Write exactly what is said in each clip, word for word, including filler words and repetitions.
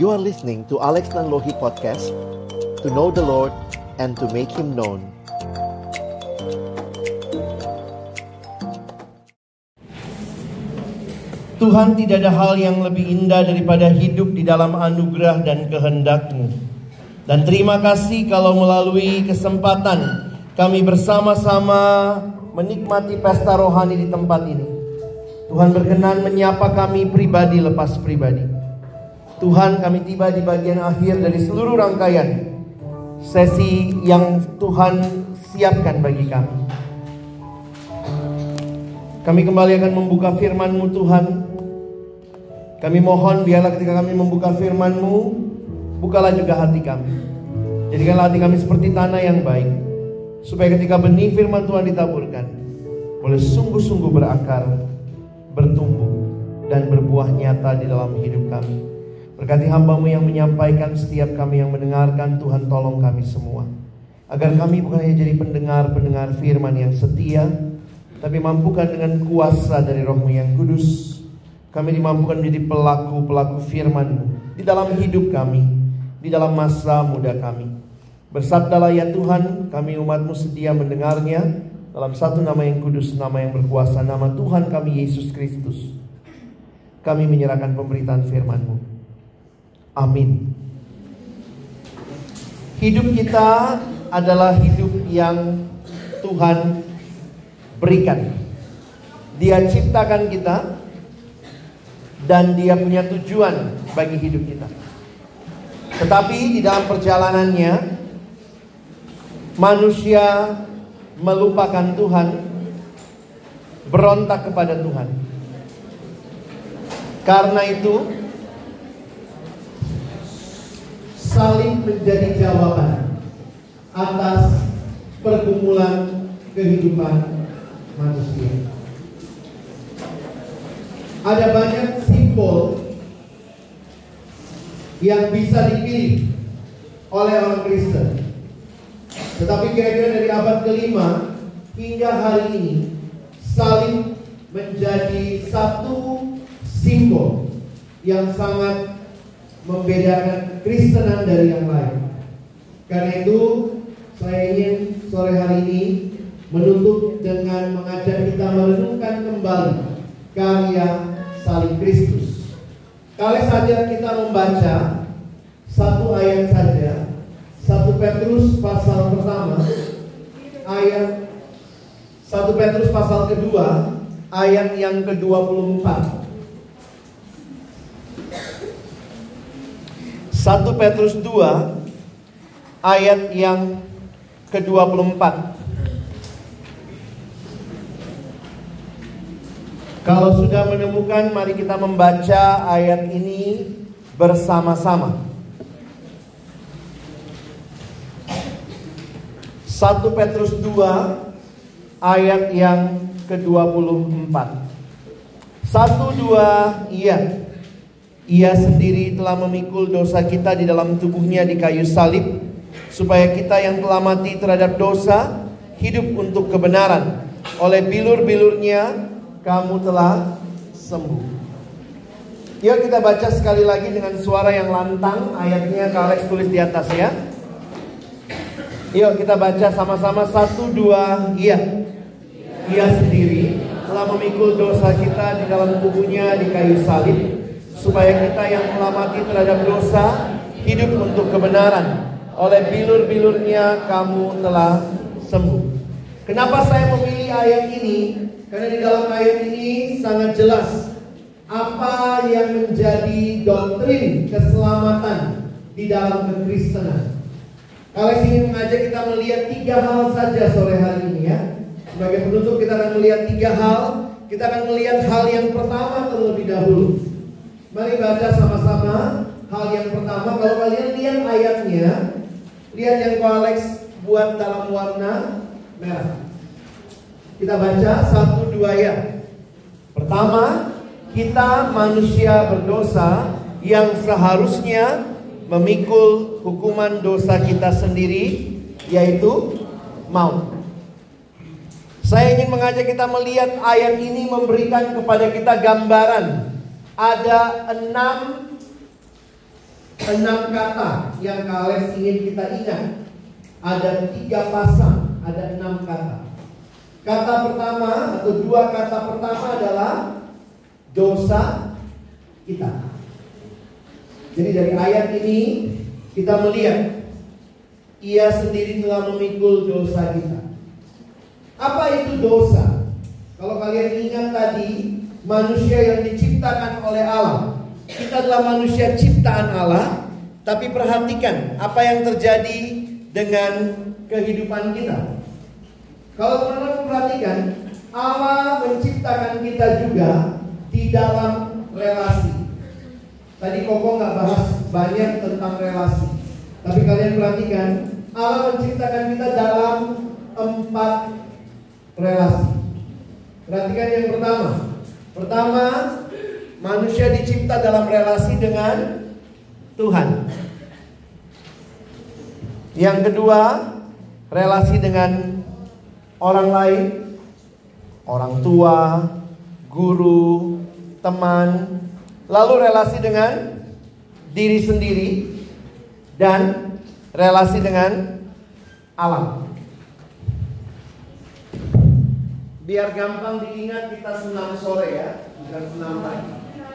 You are listening to Alex Nanlohi Podcast, to know the Lord and to make Him known. Tuhan, tidak ada hal yang lebih indah daripada hidup di dalam anugerah dan kehendak-Mu. Dan terima kasih kalau melalui kesempatan kami bersama-sama menikmati pesta rohani di tempat ini. Tuhan berkenan menyapa kami pribadi lepas pribadi. Tuhan, kami tiba di bagian akhir dari seluruh rangkaian sesi yang Tuhan siapkan bagi kami. Kami kembali akan membuka firman-Mu Tuhan. Kami mohon biarlah ketika kami membuka firman-Mu, bukalah juga hati kami. Jadikanlah hati kami seperti tanah yang baik, supaya ketika benih firman Tuhan ditaburkan, boleh sungguh-sungguh berakar, bertumbuh, dan berbuah nyata di dalam hidup kami. Berkati hamba-Mu yang menyampaikan, setiap kami yang mendengarkan. Tuhan, tolong kami semua, agar kami bukan hanya jadi pendengar-pendengar firman yang setia, tapi mampukan dengan kuasa dari Roh-Mu yang kudus, kami dimampukan menjadi pelaku-pelaku firman-Mu di dalam hidup kami, di dalam masa muda kami. Bersabdalah ya Tuhan, kami umat-Mu sedia mendengarnya. Dalam satu nama yang kudus, nama yang berkuasa, nama Tuhan kami Yesus Kristus, kami menyerahkan pemberitaan firman-Mu. Amin. Hidup kita adalah hidup yang Tuhan berikan. Dia ciptakan kita, dan Dia punya tujuan bagi hidup kita. Tetapi di dalam perjalanannya, manusia melupakan Tuhan, berontak kepada Tuhan. Karena itu, salib menjadi jawaban atas pergumulan kehidupan manusia. Ada banyak simbol yang bisa dipilih oleh orang Kristen, tetapi kira-kira dari abad kelima hingga hari ini, salib menjadi satu simbol yang sangat membedakan Kristenan dari yang lain. Karena itu, saya ingin sore hari ini menutup dengan mengajak kita merenungkan kembali karya salib Kristus. Kali saja kita membaca satu ayat saja, satu Petrus pasal pertama, ayat satu Petrus pasal kedua, ayat yang ke dua puluh empat. satu Petrus dua, ayat yang ke dua puluh empat. Kalau sudah menemukan, mari kita membaca ayat ini bersama-sama. satu Petrus dua, ayat yang ke dua puluh empat. Satu, dua, iya. Ia sendiri telah memikul dosa kita di dalam tubuhnya di kayu salib, supaya kita yang telah mati terhadap dosa hidup untuk kebenaran. Oleh bilur-bilurnya kamu telah sembuh. Yuk kita baca sekali lagi dengan suara yang lantang. Ayatnya Kak Alex tulis di atas ya. Yuk kita baca sama-sama. Satu, dua, iya. Ia sendiri telah memikul dosa kita di dalam tubuhnya di kayu salib, supaya kita yang telah mati terhadap dosa hidup untuk kebenaran. Oleh bilur-bilurnya kamu telah sembuh. Kenapa saya memilih ayat ini? Karena di dalam ayat ini sangat jelas apa yang menjadi doktrin keselamatan di dalam kekristenan. Kalau ingin mengajak kita melihat tiga hal saja sore hari ini ya. Sebagai penutup kita akan melihat tiga hal. Kita akan melihat hal yang pertama terlebih dahulu. Mari baca sama-sama hal yang pertama. Kalau kalian lihat ayatnya, lihat yang Ko Alex buat dalam warna merah. Kita baca satu dua ya. Pertama, kita manusia berdosa yang seharusnya memikul hukuman dosa kita sendiri, yaitu maut. Saya ingin mengajak kita melihat ayat ini memberikan kepada kita gambaran. Ada enam enam kata yang Kales ingin kita ingat. Ada tiga pasang, ada enam kata. Kata pertama atau dua kata pertama adalah dosa kita. Jadi dari ayat ini kita melihat Ia sendiri telah memikul dosa kita. Apa itu dosa? Kalau kalian ingat tadi, manusia yang diciptakan oleh Allah. Kita adalah manusia ciptaan Allah. Tapi perhatikan apa yang terjadi dengan kehidupan kita. Kalau teman-teman perhatikan, Allah menciptakan kita juga di dalam relasi. Tadi Koko nggak bahas banyak tentang relasi. Tapi kalian perhatikan, Allah menciptakan kita dalam empat relasi. Perhatikan yang pertama. Pertama, manusia dicipta dalam relasi dengan Tuhan. Yang kedua, relasi dengan orang lain, orang tua, guru, teman. Lalu relasi dengan diri sendiri dan relasi dengan alam. Biar gampang diingat, kita senam sore ya, bukan senam pagi.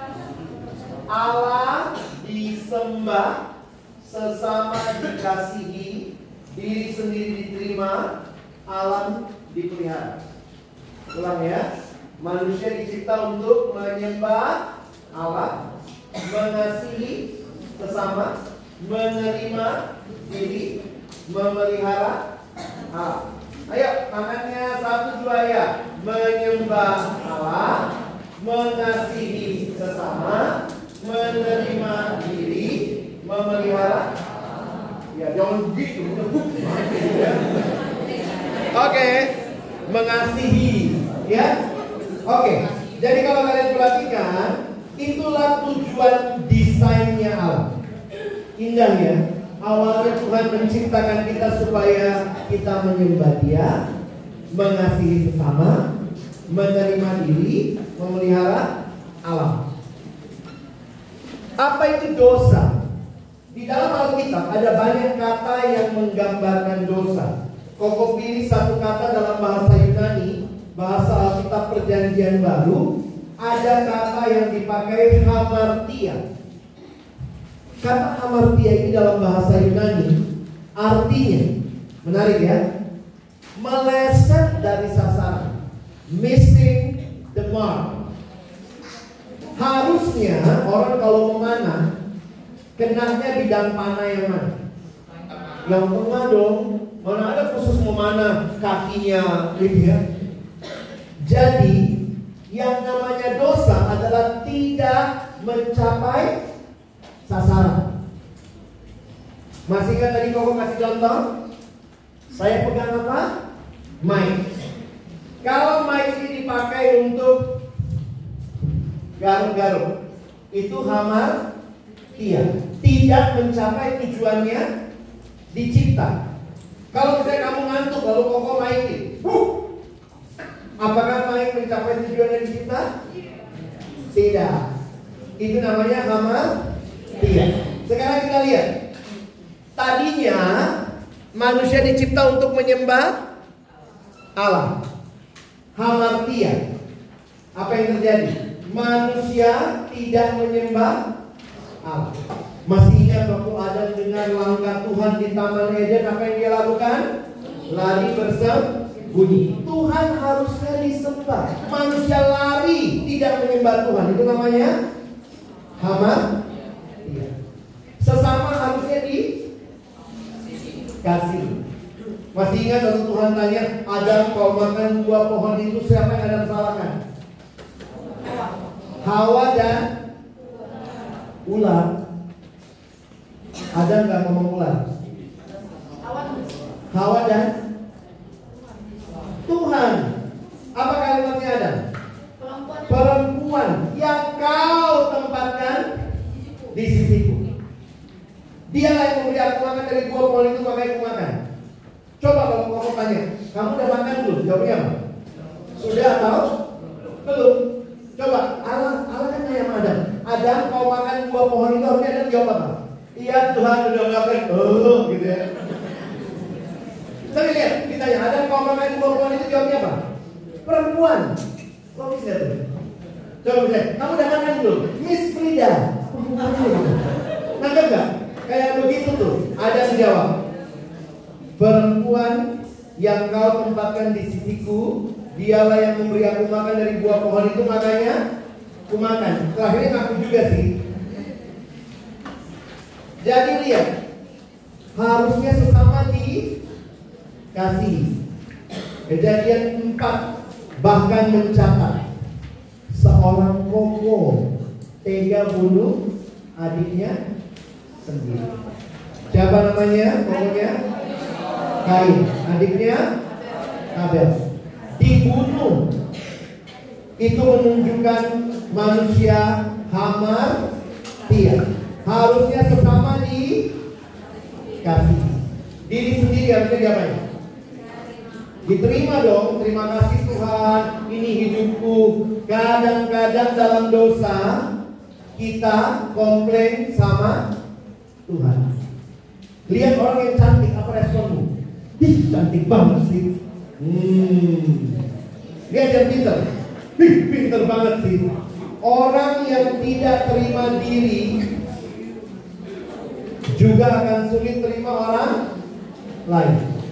Allah disembah, sesama dikasihi, diri sendiri diterima, alam dipelihara. Ulang ya, manusia dicipta untuk menyembah Allah, mengasihi sesama, menerima diri, memelihara Allah. Ayo, tangannya satu dua ya. Menyembah Allah, mengasihi sesama, menerima diri, memelihara. Ya, jangan begitu. Oke, mengasihi, ya. Oke, jadi kalau kalian perhatikan, itulah tujuan desainnya Allah. Indah ya. Awalnya Tuhan menciptakan kita supaya kita menyembah Dia, mengasihi sesama, menerima diri, memelihara alam. Apa itu dosa? Di dalam Alkitab ada banyak kata yang menggambarkan dosa. Koko pilih satu kata dalam bahasa Yunani, bahasa Alkitab Perjanjian Baru. Ada kata yang dipakai hamartia. Kata hamartia ini dalam bahasa Yunani artinya, menarik ya, meleset dari sasaran, missing the mark. Harusnya orang kalau memanah, kenanya bidang panah yang mana? Yang tengah dong. Mana ada khusus memanah kakinya gitu ya. Jadi yang namanya dosa adalah tidak mencapai sasaran. Masih kan tadi Koko kasih contoh? Saya pegang apa? Mic. Kalau mic ini dipakai untuk garuk-garuk, itu hamartia, tidak mencapai tujuannya dicipta. Kalau misalnya kamu ngantuk lalu Koko maikin, apakah mic mencapai tujuannya dicipta? Tidak. Itu namanya hamartia. Sekarang kita lihat. Tadinya manusia dicipta untuk menyembah Allah. Hamartia. Apa yang terjadi? Manusia tidak menyembah Allah. Masih ingat waktu Adam dengar langkah Tuhan di Taman Eden, apa yang dia lakukan? Lari bersembunyi. Tuhan harusnya disembah. Manusia lari tidak menyembah Tuhan. Itu namanya hamartia. Sesama harusnya dikasih. Masih ingat waktu Tuhan tanya, Adam kau makan buah pohon itu, siapa yang Adam salahkan? Hawa dan ular. Adam gak ngomong ular. Hawa dan Tuhan. Apa kalimatnya Adam? Perempuan yang kau tempatkan di sisiku. Dia yang memberi aku makan dari buah pohon itu, makanya aku makan. Coba kalau kamu tanya, kamu udah makan belum? Jawabnya apa? Sudah atau belum? Coba, Allah, Allah kan tanya sama Adam, Adam kau makan buah pohon itu, harusnya Adam jawab apa? Iya Tuhan udah ngelakuin, oh gitu ya. Tapi lihat, ditanya, ada komplain perempuan itu jawabnya apa? Perempuan. Logis ya tuh. Coba bisa, kamu udah makan belum? Miss Frida. Nangkep gak? Kayak begitu tuh. Ada yang jawab, perempuan yang kau tempatkan di sisiku, dialah yang memberi aku makan dari buah pohon itu, makanya aku makan. Terakhirnya ngaku juga sih. Jadi lihat, harusnya sesama dikasih. Kejadian empat bahkan mencatat seorang koko tega bunuh adiknya sendiri. Siapa namanya? Kokonya Kain, adiknya Abel. Dibunuh. Itu menunjukkan manusia hamartia. Harusnya sesama dikasih. Diri sendiri harusnya diapain? Diterima dong. Terima kasih Tuhan, ini hidupku. Kadang-kadang dalam dosa kita komplain sama Tuhan. Lihat orang yang cantik, apa responmu? Ih, cantik banget sih. Hmm. Lihat yang pintar. Ih, pintar banget sih. Orang yang tidak terima diri juga akan sulit terima orang lain.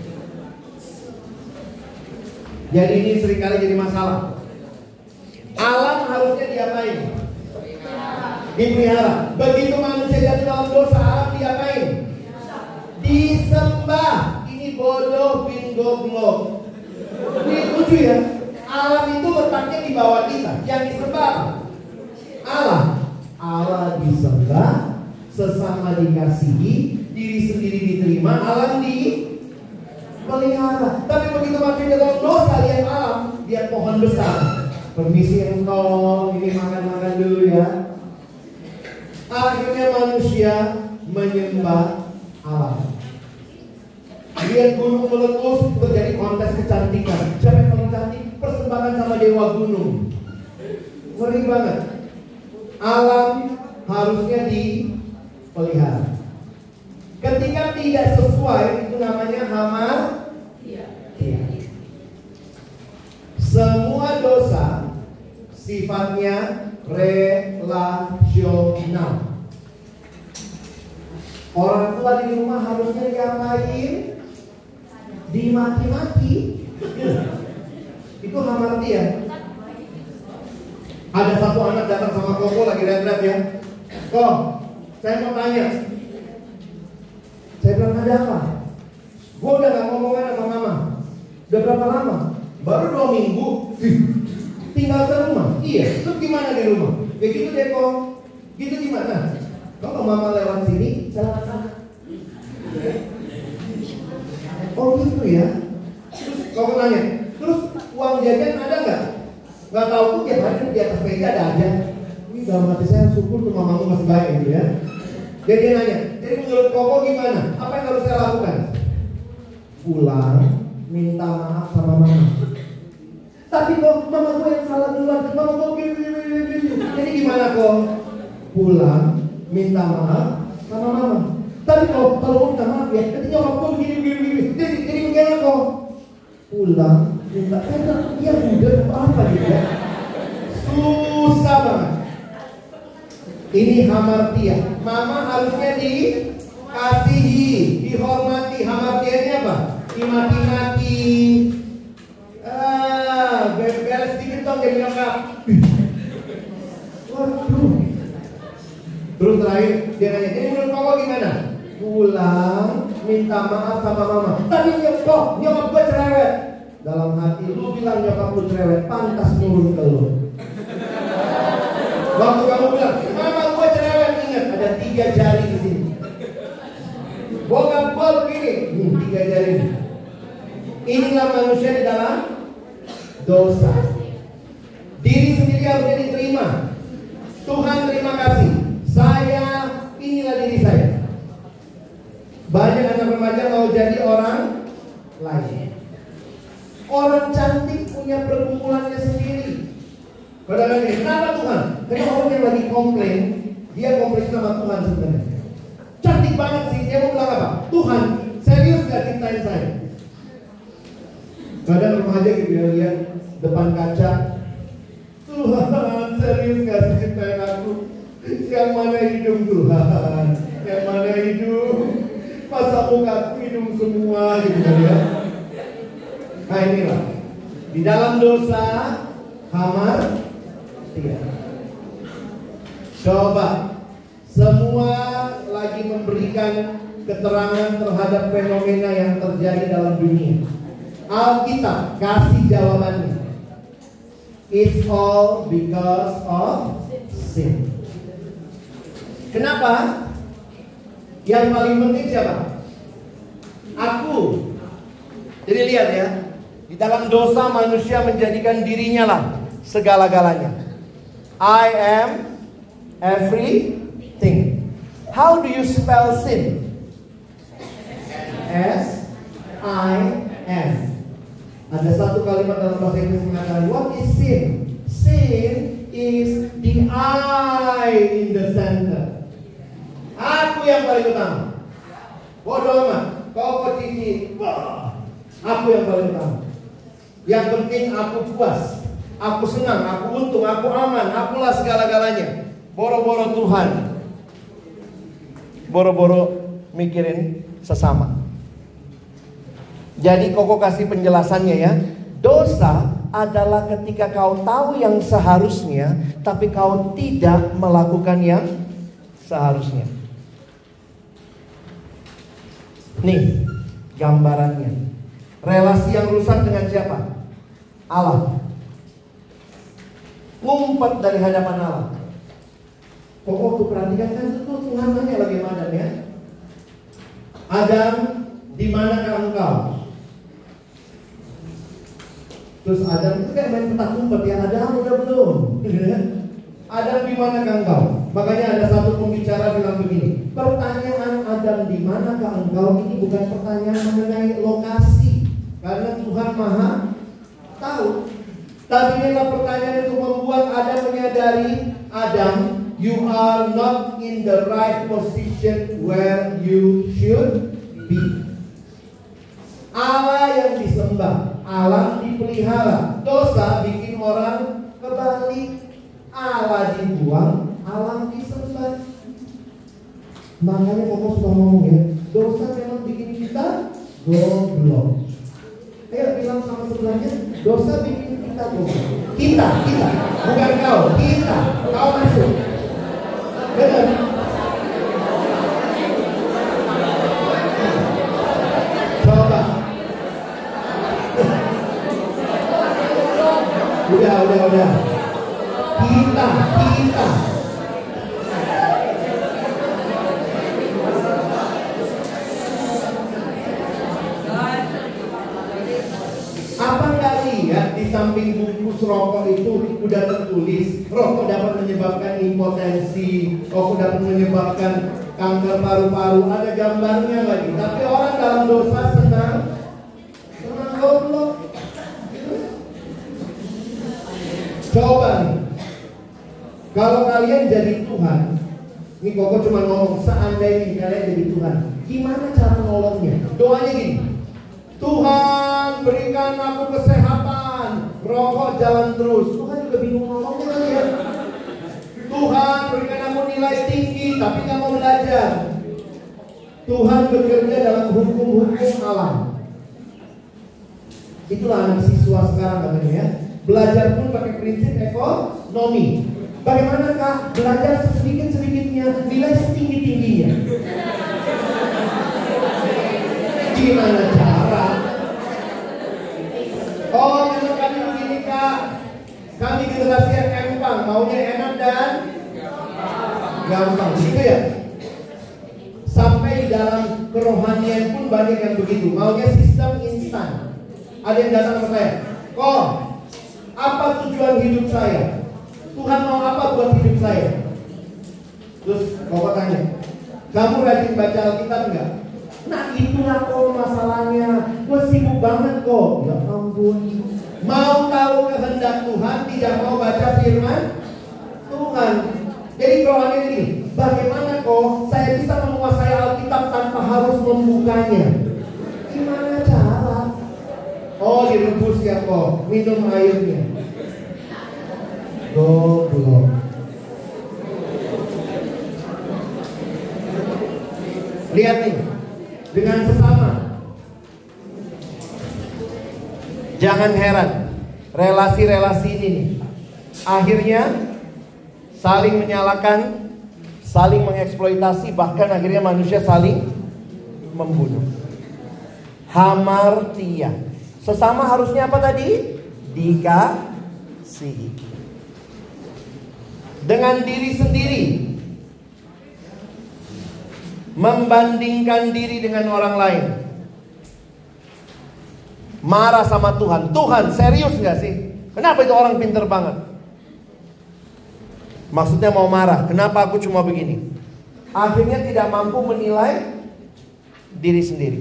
Jadi ini seringkali jadi masalah. Alam harusnya diapain? Dipelihara. Begitu manusia jatuh dalam dosa, alam diapain? Disembah. Ini bodoh bin goblok. Ini lucu ya. Alam itu letaknya di bawah kita. Yang disembah Allah. Allah disembah, sesama dikasihi, diri sendiri diterima, alam dipelihara. Tapi begitu manusia dalam dosa, lihat alam, lihat pohon besar. Permisi engkau, ini makan-makan dulu ya. Akhirnya manusia menyembah alam. Lihat gunung meletus, terjadi kontes kecantikan. Siapa yang paling cantik? Persembahan sama dewa gunung. Ngeri banget. Alam harusnya dipelihara. Ketika tidak sesuai, itu namanya hamar. Iya. Semua dosa sifatnya relasional. Orang tua di rumah harusnya diapain? Dimaki-maki. Itu hamartia. Ada satu anak datang sama Koko lagi red-red ya. Kok, saya mau tanya. Saya bilang ada apa? Gue udah gak ngomongin sama mama. Udah berapa lama? Baru dua minggu. Tinggal ke rumah. Iya, terus gimana di rumah? Ya gitu deh kok. Gitu gimana? Kalau mama lewat sini, saya lewat sana. Oh gitu ya. Terus kau nanya, terus uang jajan ada nggak? Nggak tahu tuh tiap hari di atas meja ada aja. Ini dalam hati saya syukur tuh mamamu masih baik gitu ya. Jadi dia nanya, jadi menurut Koko gimana? Apa yang harus saya lakukan? Pulang, minta maaf sama mama. Tapi kok mama gue yang salah duluan, mama gue gini gini gini. Jadi gimana kok? Pulang, minta maaf sama mama. Tapi kalau kalau minta maaf ya, nanti nyokap gue begini begini begini. Jadi jadi bagaimana kok? Pulang, minta maaf. Iya udah apa gitu ya? Susah banget. Ini hamartia. Mama harusnya dikasihi, dihormati. Hamartianya apa? Dimaki-maki. Ah, beres dikit dong jadi nyokap. Waduh. Terus terakhir dia nanya, jadi menurut Koko gimana? Pulang, minta maaf sama mama. Tapi nyokap, nyokap gue cerewet. Dalam hati lu bilang nyokap lu cerewet, pantas nurun ke lu. Waktu kamu bilang, mama gue cerewet, ingat ada tiga jari di sini. Bokap gue begini, hmm, tiga jari. Inilah manusia di dalam dosa. Diri sendiri harusnya diterima. Tuhan terima kasih. Saya, inilah diri saya. Banyak anak remaja mau jadi orang lain. Orang cantik punya pergumulannya sendiri. Padahal kenapa Tuhan? Karena orang yang lagi komplain, dia komplain sama Tuhan sebenarnya. Cantik banget sih. Dia mau bilang apa? Tuhan, serius gak cintain saya? Kadang rumah aja gitu ya, lihat depan kaca. Tuhan, serius gak sih cintain aku? Yang mana hidung Tuhan? Yang mana hidung? Masa muka hidung semua gitu kan ya. Nah inilah, di dalam dosa hamar tiga. Coba semua lagi memberikan keterangan terhadap fenomena yang terjadi dalam dunia. Alkitab kasih jawabannya. It's all because of sin. Kenapa? Yang paling penting siapa? Aku. Jadi lihat ya, di dalam dosa manusia menjadikan dirinya lah segala-galanya. I am everything. How do you spell sin? S I N. Ada satu kalimat dalam bahasa Inggris mengatakan, what is sin? Sin is the I in the center. Aku yang paling utama. Bodoh amat, kau kecil. Aku yang paling utama. Yang penting aku puas, aku senang, aku untung, aku aman, akulah segala-galanya. Boro-boro Tuhan, boro-boro mikirin sesama. Jadi Koko kasih penjelasannya ya. Dosa adalah ketika kau tahu yang seharusnya, tapi kau tidak melakukan yang seharusnya. Nih gambarannya. Relasi yang rusak dengan siapa? Allah. Ngumpet dari hadapan Allah. Koko tuh perhatikan kan itu Tuhan nanya lagi sama Adam ya. Adam, di manakah engkau? Terus Adam itu kayak main petak umpet ya. Adam udah belum? Adam di manakah engkau? Makanya ada satu pembicara bilang begini, pertanyaan Adam di manakah engkau ini bukan pertanyaan mengenai lokasi, karena Tuhan Maha tahu. Tapi inilah pertanyaan untuk membuat Adam menyadari, Adam, you are not in the right position where you should be. Allah yang disembah, Allah dipelihara. Dosa bikin orang kebalik. Allah dibuang, Allah disembah. Makanya Koko suka ngomong ya, dosa memang bikin kita goblok. Ayo bilang sama sebelahnya, dosa bikin kita goblok. Kita, kita, bukan kau, kita. Kau masuk. Benar? Coba. Udah, udah, udah. Kita, kita. Apa nggak lihat di samping bungkus rokok itu udah tertulis rokok dapat menyebabkan impotensi, rokok dapat menyebabkan kanker paru-paru, ada gambarnya lagi. Tapi orang dalam dosa senang, senang goblok. Coba nih. Kalau kalian jadi Tuhan, ini Koko cuma ngomong seandainya kalian jadi Tuhan, gimana cara nolongnya? Doanya gini, Tuhan berikan aku kesehatan, rokok jalan terus. Tuhan juga bingung nolongnya kan ya. Tuhan berikan aku nilai tinggi, tapi gak mau belajar. Tuhan bekerja dalam hukum-hukum alam. Itulah anak siswa sekarang katanya ya. Belajar pun pakai prinsip ekonomi. Bagaimana Kak? Belajar sedikit-sedikitnya, nilai setinggi-tingginya. Gimana cara? Oh, menurut kami begini Kak, kami generasi yang empang, maunya enak dan gampang, gitu ya. Sampai di dalam kerohanian pun banyak yang begitu, maunya sistem instan. Ada yang datang ke saya, kok apa tujuan hidup saya? Tuhan mau apa buat hidup saya? Terus Bapak tanya, kamu rajin baca Alkitab enggak? Nah itulah kok masalahnya. Gue sibuk banget kok. Ya ampun. Mau tahu kehendak Tuhan, tidak mau baca firman Tuhan. Jadi kerohanian ini, bagaimana kok saya bisa menguasai Alkitab membukanya. Gimana cara? Oh, direbus ya kok, minum airnya. Goblok. Lihat nih, dengan sesama. Jangan heran, relasi-relasi ini nih, akhirnya saling menyalahkan, saling mengeksploitasi, bahkan akhirnya manusia saling membunuh. Hamartia. Sesama harusnya apa tadi? Dikasihi. Dengan diri sendiri, membandingkan diri dengan orang lain. Marah sama Tuhan. Tuhan serius gak sih? Kenapa itu orang pinter banget? Maksudnya mau marah. Kenapa aku cuma begini? Akhirnya tidak mampu menilai diri sendiri.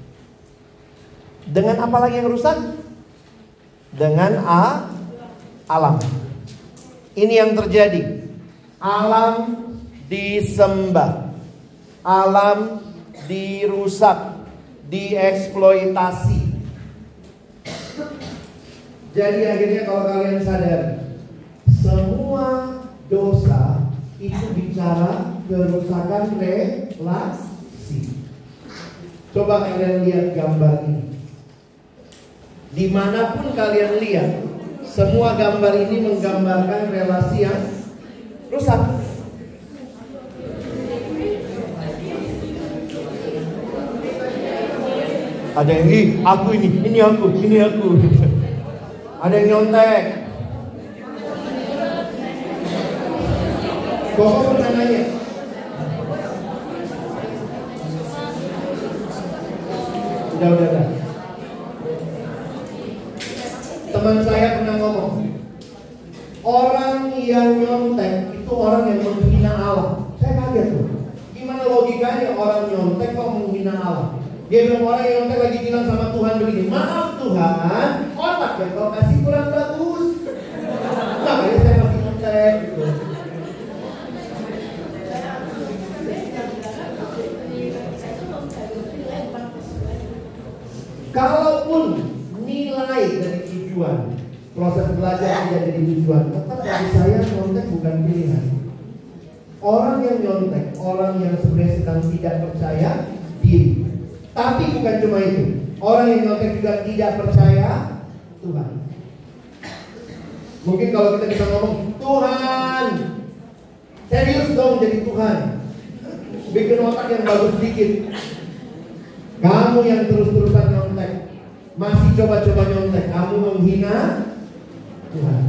Dengan apa lagi yang rusak? Dengan a, alam. Ini yang terjadi. Alam disembah, alam dirusak, dieksploitasi. Jadi akhirnya kalau kalian sadar, semua dosa itu bicara kerusakan relasi. Coba kalian lihat gambar ini. Dimanapun kalian lihat, semua gambar ini menggambarkan relasi yang rusak. Ada yang ih, aku ini, ini aku, ini aku. Ada yang nyontek. Kok pernah nanya? Udah, udah, udah. Teman saya pernah ngomong, orang yang nyontek itu orang yang menghina Allah. Saya kaget tuh. Gimana logikanya orang nyontek kok menghina Allah? Dia bilang orang yang nyontek lagi bilang sama Tuhan begini, maaf Tuhan, otak yang kau kasih kurang bagus. Makanya saya masih nyontek gitu. Kalaupun nilai dari tujuan, proses belajar tidak jadi tujuan, tetap bagi saya nyontek bukan pilihan. Orang yang nyontek, orang yang sebenarnya sedang tidak percaya diri. Tapi bukan cuma itu, orang yang nyontek juga tidak percaya Tuhan. Mungkin kalau kita bisa ngomong, Tuhan, serius dong jadi Tuhan, bikin otak yang bagus sedikit. Kamu yang terus-terusan nyontek, masih coba-coba nyontek, kamu menghina Tuhan.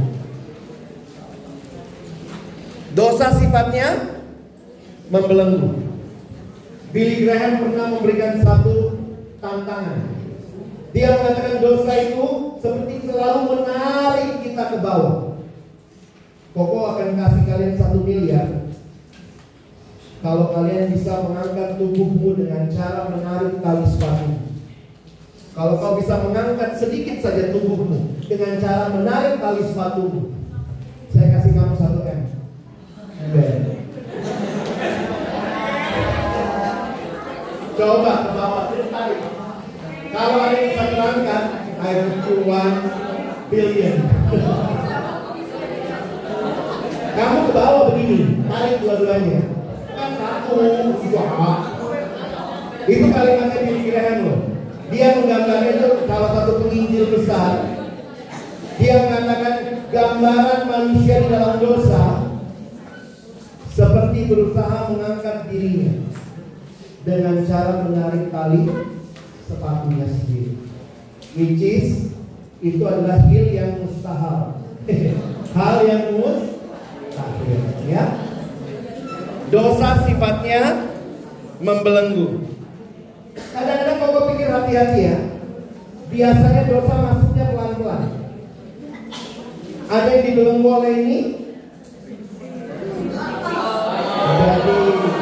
Dosa sifatnya membelenggu. Billy Graham pernah memberikan satu tantangan. Dia mengatakan dosa itu seperti selalu menarik kita ke bawah. Koko akan kasih kalian satu miliar kalau kalian bisa mengangkat tubuhmu dengan cara menarik tali sepatu. Kalau kau bisa mengangkat sedikit saja tubuhmu dengan cara menarik tali sepatumu, saya kasih kamu satu M. Ember. Coba ke bawah, terus tarik. Kalau ada yang bisa terangkat, I will do one billion. Kamu ke bawah begini, tarik dua-duanya. Kan satu, dua. Itu kalimatnya Billy Graham loh. Dia menggambarkan itu salah satu penginjil besar. Dia mengatakan gambaran manusia di dalam dosa seperti berusaha mengangkat dirinya dengan cara menarik tali sepatunya sendiri, which is itu adalah hal yang mustahil. Hal yang mustahil, ya. Dosa sifatnya membelenggu. Kadang-kadang kalau pikir hati-hati ya, biasanya dosa masuknya pelan-pelan. Ada yang dibelenggu oleh ini. Jadi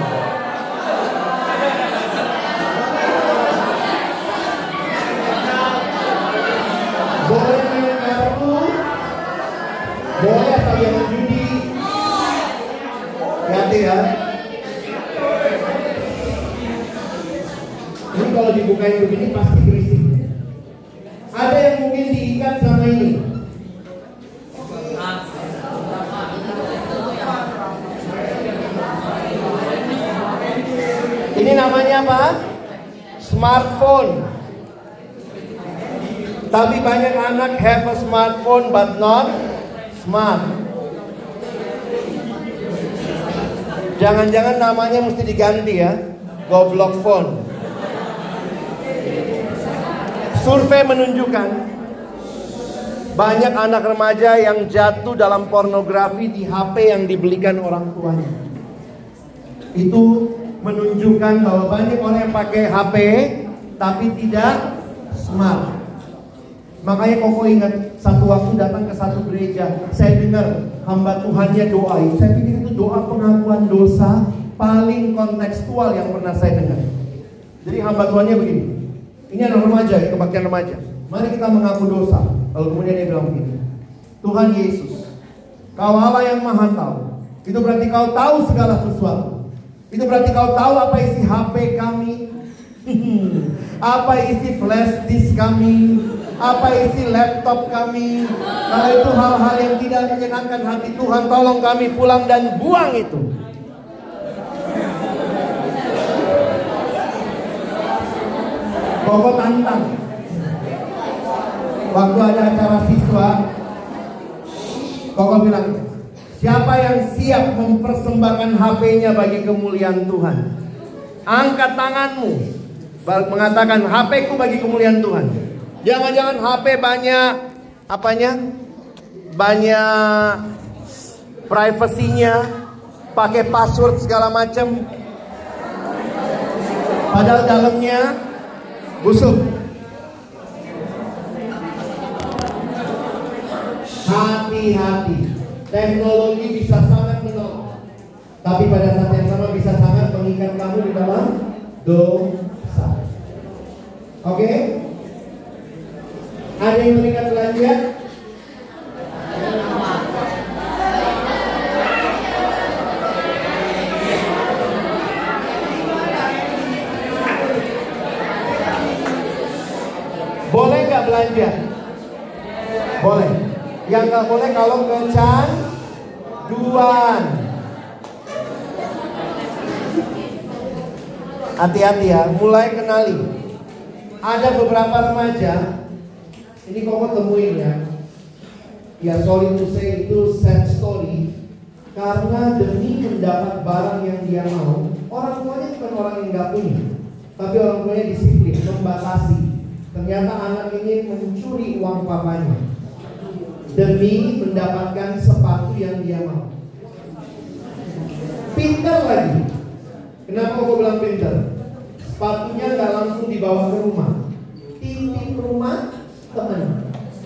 boleh main kartu, boleh asal jangan judi. Hati ya. kayak begini pasti berisik. Ada yang mungkin diikat sama ini. Ini namanya apa? Smartphone. Tapi banyak anak have a smartphone but not smart. Jangan-jangan namanya mesti diganti ya, goblok phone. Survei menunjukkan banyak anak remaja yang jatuh dalam pornografi di H P yang dibelikan orang tuanya. Itu menunjukkan bahwa banyak orang yang pakai H P tapi tidak smart. Makanya Koko ingat satu waktu datang ke satu gereja, saya dengar hamba Tuhannya doain. Saya pikir itu doa pengakuan dosa paling kontekstual yang pernah saya dengar. Jadi hamba Tuhannya begini, ini anak remaja ya, kebaktian remaja. Mari kita mengaku dosa. Lalu kemudian dia bilang begini, Tuhan Yesus, Kau Allah yang maha tahu. Itu berarti Kau tahu segala sesuatu. Itu berarti Kau tahu apa isi H P kami, apa isi flash disk kami, apa isi laptop kami. Kalau itu hal-hal yang tidak menyenangkan hati Tuhan, tolong kami pulang dan buang itu. Koko tantang. Waktu ada acara siswa, Koko bilang, siapa yang siap mempersembahkan H P-nya bagi kemuliaan Tuhan? Angkat tanganmu. Mengatakan H P-ku bagi kemuliaan Tuhan. Jangan-jangan H P banyak apanya? Banyak privasinya, pakai password segala macam. Padahal dalamnya busuk. Hati-hati. Teknologi bisa sangat menolong, tapi pada saat yang sama bisa sangat mengikat kamu di dalam dosa. Oke? Okay? Ada yang berikan belanja? Boleh nggak belanja? Boleh. Yang nggak boleh kalau kecanduan. Hati-hati ya, mulai kenali. Ada beberapa remaja. Ini Koko temuin ya. Ya sorry to say itu sad story. Karena demi mendapat barang yang dia mau, orang tuanya bukan orang yang gak punya, tapi orang tuanya disiplin, membatasi. Ternyata anak ini mencuri uang papanya demi mendapatkan sepatu yang dia mau. Pintar lagi. Kenapa Koko bilang pintar? Sepatunya gak langsung dibawa ke rumah, titip rumah teman.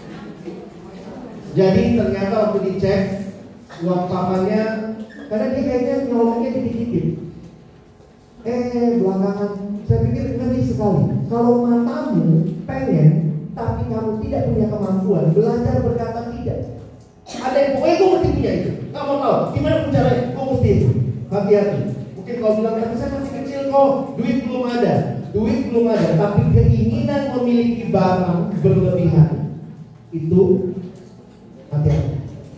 Jadi ternyata waktu dicek uang papanya, karena dia kayaknya nyolongnya dikit-dikit. Eh belakangan saya pikir ngeri sekali. Kalau matamu pengen tapi kamu tidak punya kemampuan, belajar berkata tidak. Ada yang pokoknya gue mesti punya itu. Kamu tahu gimana pun caranya, gue mesti itu. Hati-hati. Mungkin kalau bilang tapi saya masih kecil kok, duit belum ada. Duit belum ada, tapi keinginan memiliki barang berlebihan itu hati-hati.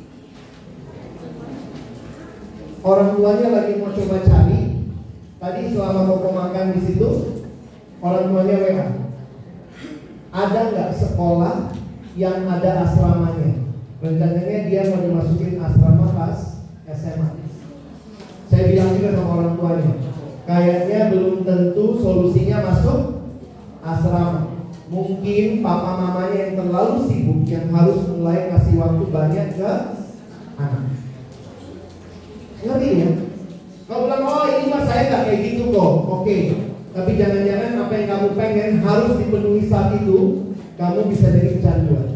Orang tuanya lagi mau coba cari. Tadi selama Koko makan di situ, orang tuanya W A. Ada nggak sekolah yang ada asramanya? Rencananya dia mau dimasukin asrama pas S M A. Saya bilang juga sama orang tuanya, kayaknya belum tentu solusinya masuk asrama. Mungkin papa mamanya yang terlalu sibuk yang harus mulai kasih waktu banyak ke anak. Ngerti ya? Kau bilang, oh ini mah saya gak kayak gitu kok. Oke, tapi jangan-jangan apa yang kamu pengen harus dipenuhi saat itu, kamu bisa jadi kecanduan.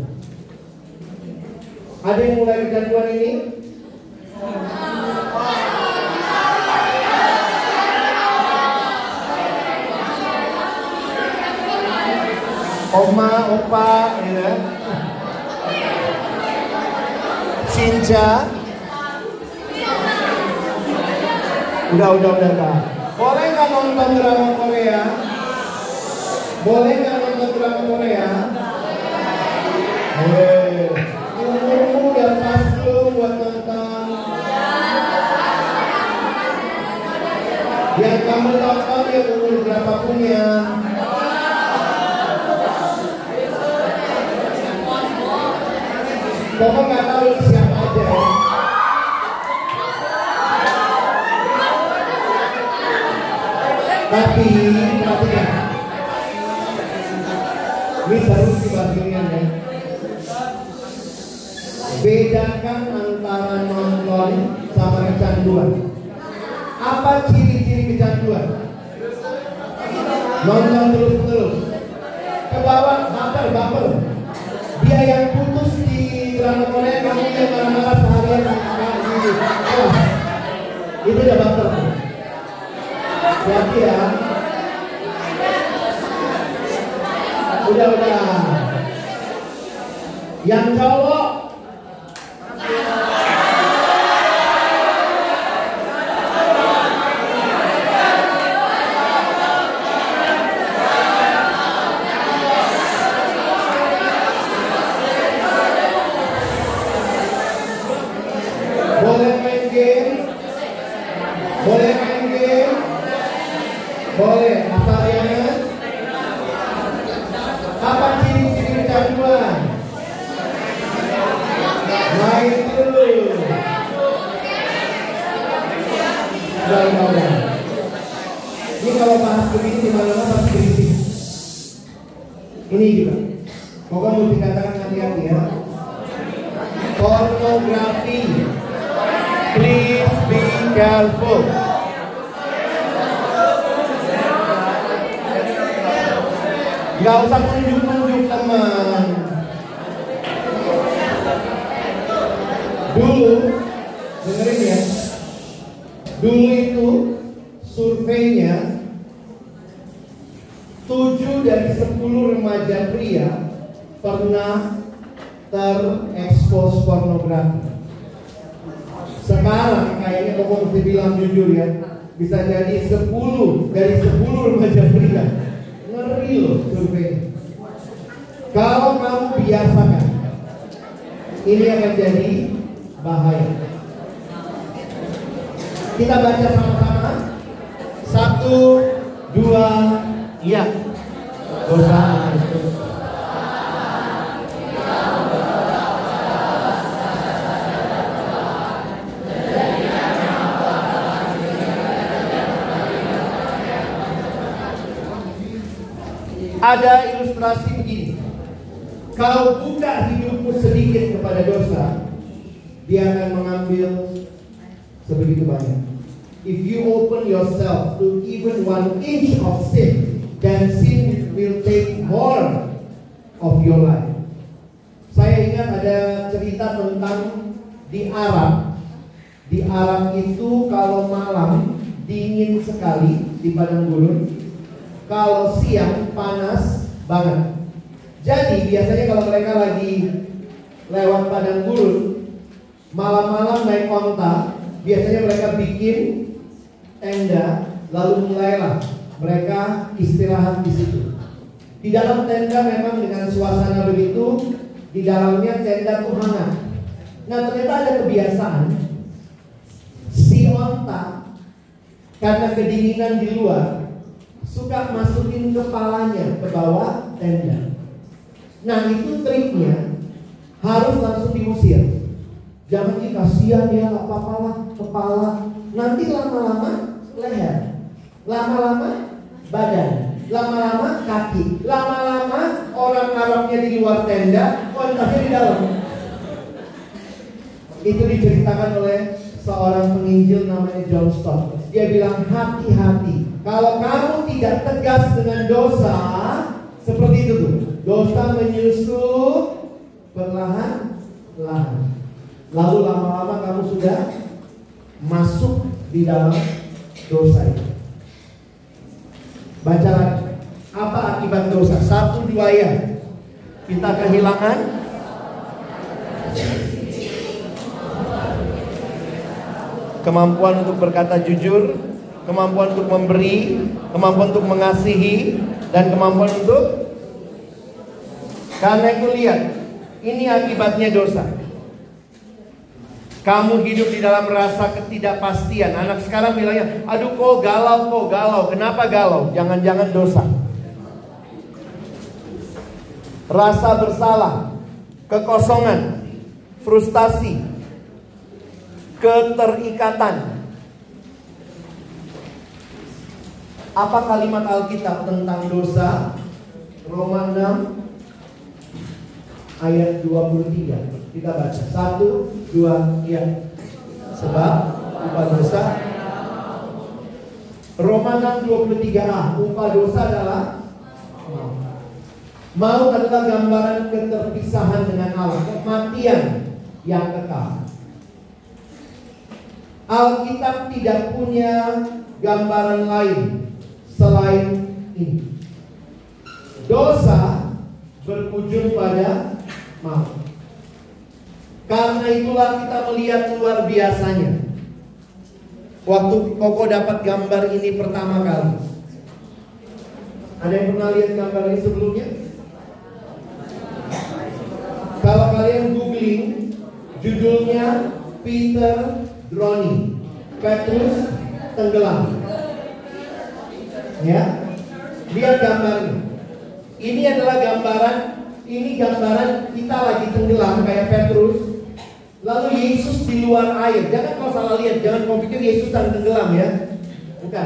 Ada yang mulai kecanduan ini? Oma, opa, ya. Cinca. Udah, udah, udah, udah. Boleh nggak nonton drama Korea? Boleh nggak nonton drama Korea? Boleh. Umurmu udah pas belum buat nonton? Yang kamu tonton yang umur berapa punya? Pokoknya nggak tahu siapa aja ya. Tapi perhatikan, ini baru si bagian ya. Bedakan antara nonton sama kecanduan. Apa ciri-ciri kecanduan? Nonton terus-terus, ke bawah, baper, baper. Dia yang putus di drama Korea, kamu yang marah-marah seharian gitu. Oh, itu udah baper. Jadi ya, udah udah. Yang cowok, boleh main game, boleh main game, boleh asal ingat. Apa ciri-ciri kecanduan? Main terus. Jangan. Ini kalau bahas begini di mana-mana pasti berisik. Ini juga. Pokoknya mesti katakan hati-hati ya. Pornografi. Please be careful. Gak usah tunjuk-tunjuk teman. Dulu, dengerin ya. Dulu itu surveinya tujuh dari sepuluh remaja pria pernah terekspos pornografi. Sekarang kayaknya kok mesti bilang jujur ya, bisa jadi sepuluh dari sepuluh remaja pria. Ngeri loh survei. Kalau kamu biasakan, ini akan jadi bahaya. Kita baca sama-sama. Satu, dua, iya. Dosa. Ada ilustrasi begini. Kau buka hidupmu sedikit kepada dosa, dia akan mengambil sebegitu banyak. If you open yourself to even one inch of sin, then sin will take more of your life. Saya ingat ada cerita tentang di Arab. Di Arab itu kalau malam dingin sekali di padang gurun, kalau siang panas banget. Jadi biasanya kalau mereka lagi lewat padang gurun, malam-malam naik onta, biasanya mereka bikin tenda, lalu mulailah mereka istirahat di situ. Di dalam tenda memang dengan suasana begitu, di dalamnya tenda tuh hangat. Nah ternyata ada kebiasaan si onta karena kedinginan di luar suka masukin kepalanya ke bawah tenda. Nah itu triknya, harus langsung diusir. Jangan dikasihan ya, gak apa-apa lah, kepala. Nanti lama-lama leher, lama-lama badan, lama-lama kaki, lama-lama orang Arabnya di luar tenda, ontasnya di dalam. Itu diceritakan oleh seorang penginjil namanya John Stott. Dia bilang hati-hati, kalau kamu tidak tegas dengan dosa, seperti itu tuh, dosa menyusup perlahan-lahan. Lalu lama-lama kamu sudah masuk di dalam dosa itu. Baca lagi. Apa akibat dosa? Satu dua ya. Kita kehilangan kemampuan untuk berkata jujur, kemampuan untuk memberi, kemampuan untuk mengasihi, Dan kemampuan untuk. Karena itu lihat, ini akibatnya dosa. Kamu hidup di dalam rasa ketidakpastian. Anak sekarang bilangnya, aduh kok galau, kok galau. Kenapa galau? Jangan-jangan dosa. Rasa bersalah, kekosongan, frustasi, keterikatan. Apa kalimat Alkitab tentang dosa? Roma enam ayat dua puluh tiga. Kita baca. Satu, dua, ya. Sebab upah dosa. Roma enam dua puluh tiga a. Upah dosa adalah maut. Maut adalah gambaran keterpisahan dengan Allah, kematian yang kekal. Alkitab tidak punya gambaran lain selain ini. Dosa berujung pada maut. Karena itulah kita melihat luar biasanya. Waktu Koko dapat gambar ini pertama kali, ada yang pernah lihat gambar ini sebelumnya? Kalau kalian googling, judulnya Peter Drowning, Petrus tenggelam. Ya, lihat gambarnya. Ini adalah gambaran, ini gambaran kita lagi tenggelam kayak Petrus. Lalu Yesus di luar air. Jangan kau salah lihat, jangan kau pikir Yesus sedang tenggelam ya. Bukan.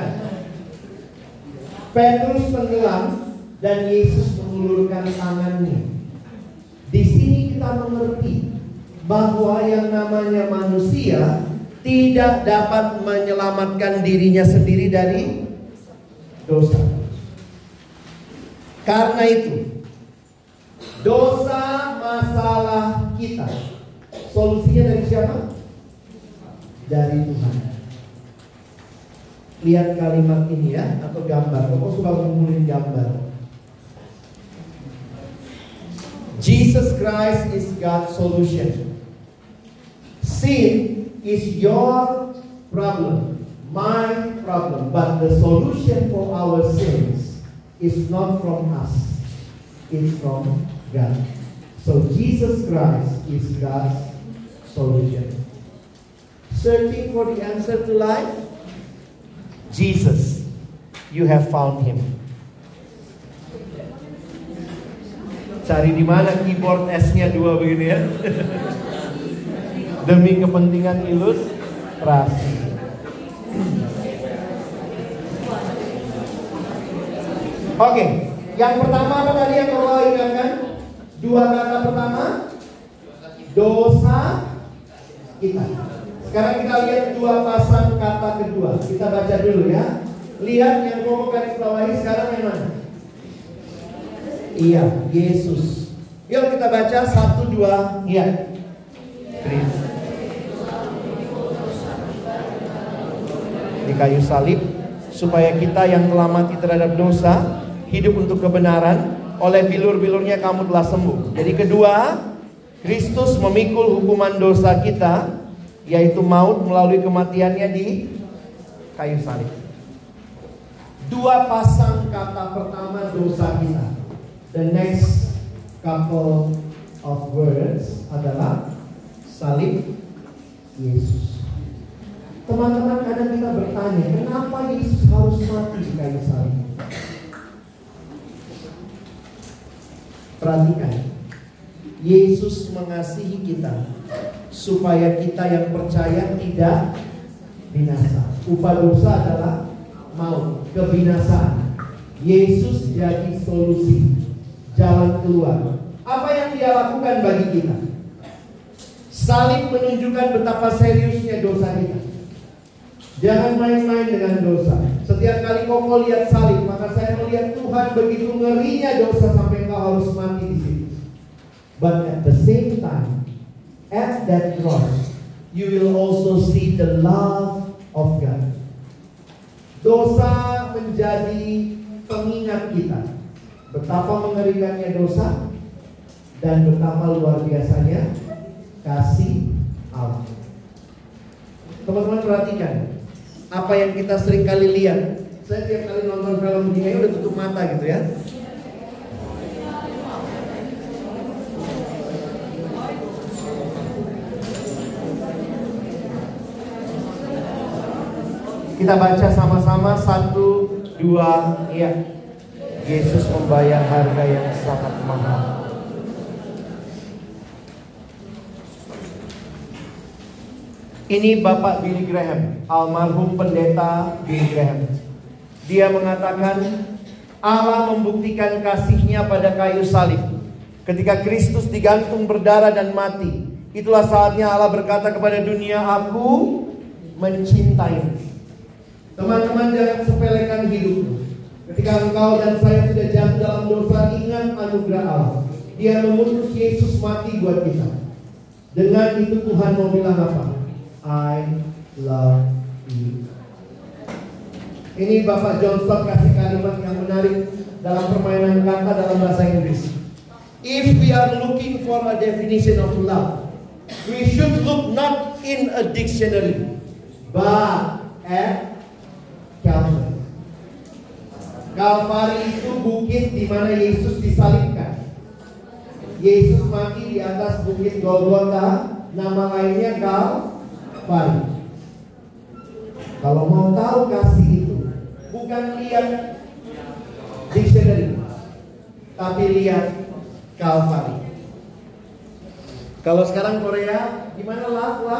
Petrus tenggelam dan Yesus mengulurkan tangannya. Di sini kita mengerti bahwa yang namanya manusia tidak dapat menyelamatkan dirinya sendiri dari dosa. Karena itu, dosa masalah kita. Solusinya dari siapa? Dari Tuhan. Lihat kalimat ini ya, atau gambar. Kok suka ngumpulin gambar? Jesus Christ is God's solution. Sin is your problem, my problem, but the solution for our sins is not from us, it's from God. So Jesus Christ is God's solution. Searching for the answer to life? Jesus. You have found him. Cari di mana keyboard S-nya dua begini ya. Demi kepentingan ilustrasi. Oke, yang pertama apa tadi yang kau ingatkan? Dua kata pertama, dosa kita. Sekarang kita lihat dua pasang kata kedua. Kita baca dulu ya. Lihat yang kau garis bawahi sekarang yang mana? Iya, Yesus. Yuk kita baca satu dua. Iya. Di kayu salib supaya kita yang telah mati terhadap dosa hidup untuk kebenaran. Oleh bilur-bilurnya kamu telah sembuh. Jadi kedua, Kristus memikul hukuman dosa kita, yaitu maut melalui kematiannya di kayu salib. Dua pasang kata pertama dosa kita. The next couple of words adalah salib Yesus. Teman-teman, kadang kita bertanya, kenapa Yesus harus mati di kayu salib? Perhatikan, Yesus mengasihi kita supaya kita yang percaya tidak binasa. Upah dosa adalah maut, kebinasaan. Yesus jadi solusi, jalan keluar. Apa yang dia lakukan bagi kita? Salib menunjukkan betapa seriusnya dosa kita. Jangan main-main dengan dosa. Setiap kali kau mau lihat salib, maka saya melihat Tuhan begitu ngerinya dosa sampai kau harus mati di situ. But at the same time, at that cross, you will also see the love of God. Dosa menjadi pengingat kita betapa mengerikannya dosa dan betapa luar biasanya kasih Allah. Teman-teman perhatikan, apa yang kita sering kali lihat, Saya tiap kali nonton film begini udah tutup mata gitu ya. Kita baca sama-sama, satu, dua, iya. Yesus membayar harga yang sangat mahal. Ini Bapak Billy Graham, almarhum pendeta Billy Graham. Dia mengatakan Allah membuktikan kasih-Nya pada kayu salib. Ketika Kristus digantung berdarah dan mati, itulah saatnya Allah berkata kepada dunia, aku mencintai. Teman-teman, jangan sepelekan hidupmu. Ketika engkau dan saya sudah jatuh dalam dosa, ingat anugerah Allah. Dia mengutus Yesus mati buat kita. Dengan itu Tuhan mau bilang apa? I love you. Ini Bapak John Stott kasih kalimat yang menarik dalam permainan kata dalam bahasa Inggris. If we are looking for a definition of love, we should look not in a dictionary, but at Calvary. Calvary itu bukit di mana Yesus disalibkan. Yesus mati di atas bukit Golgota, nama lainnya Calvary. Kalau mau tahu kasih itu, bukan lihat dictionary, tapi lihat Calvary. Kalau sekarang Korea, gimana lah lah?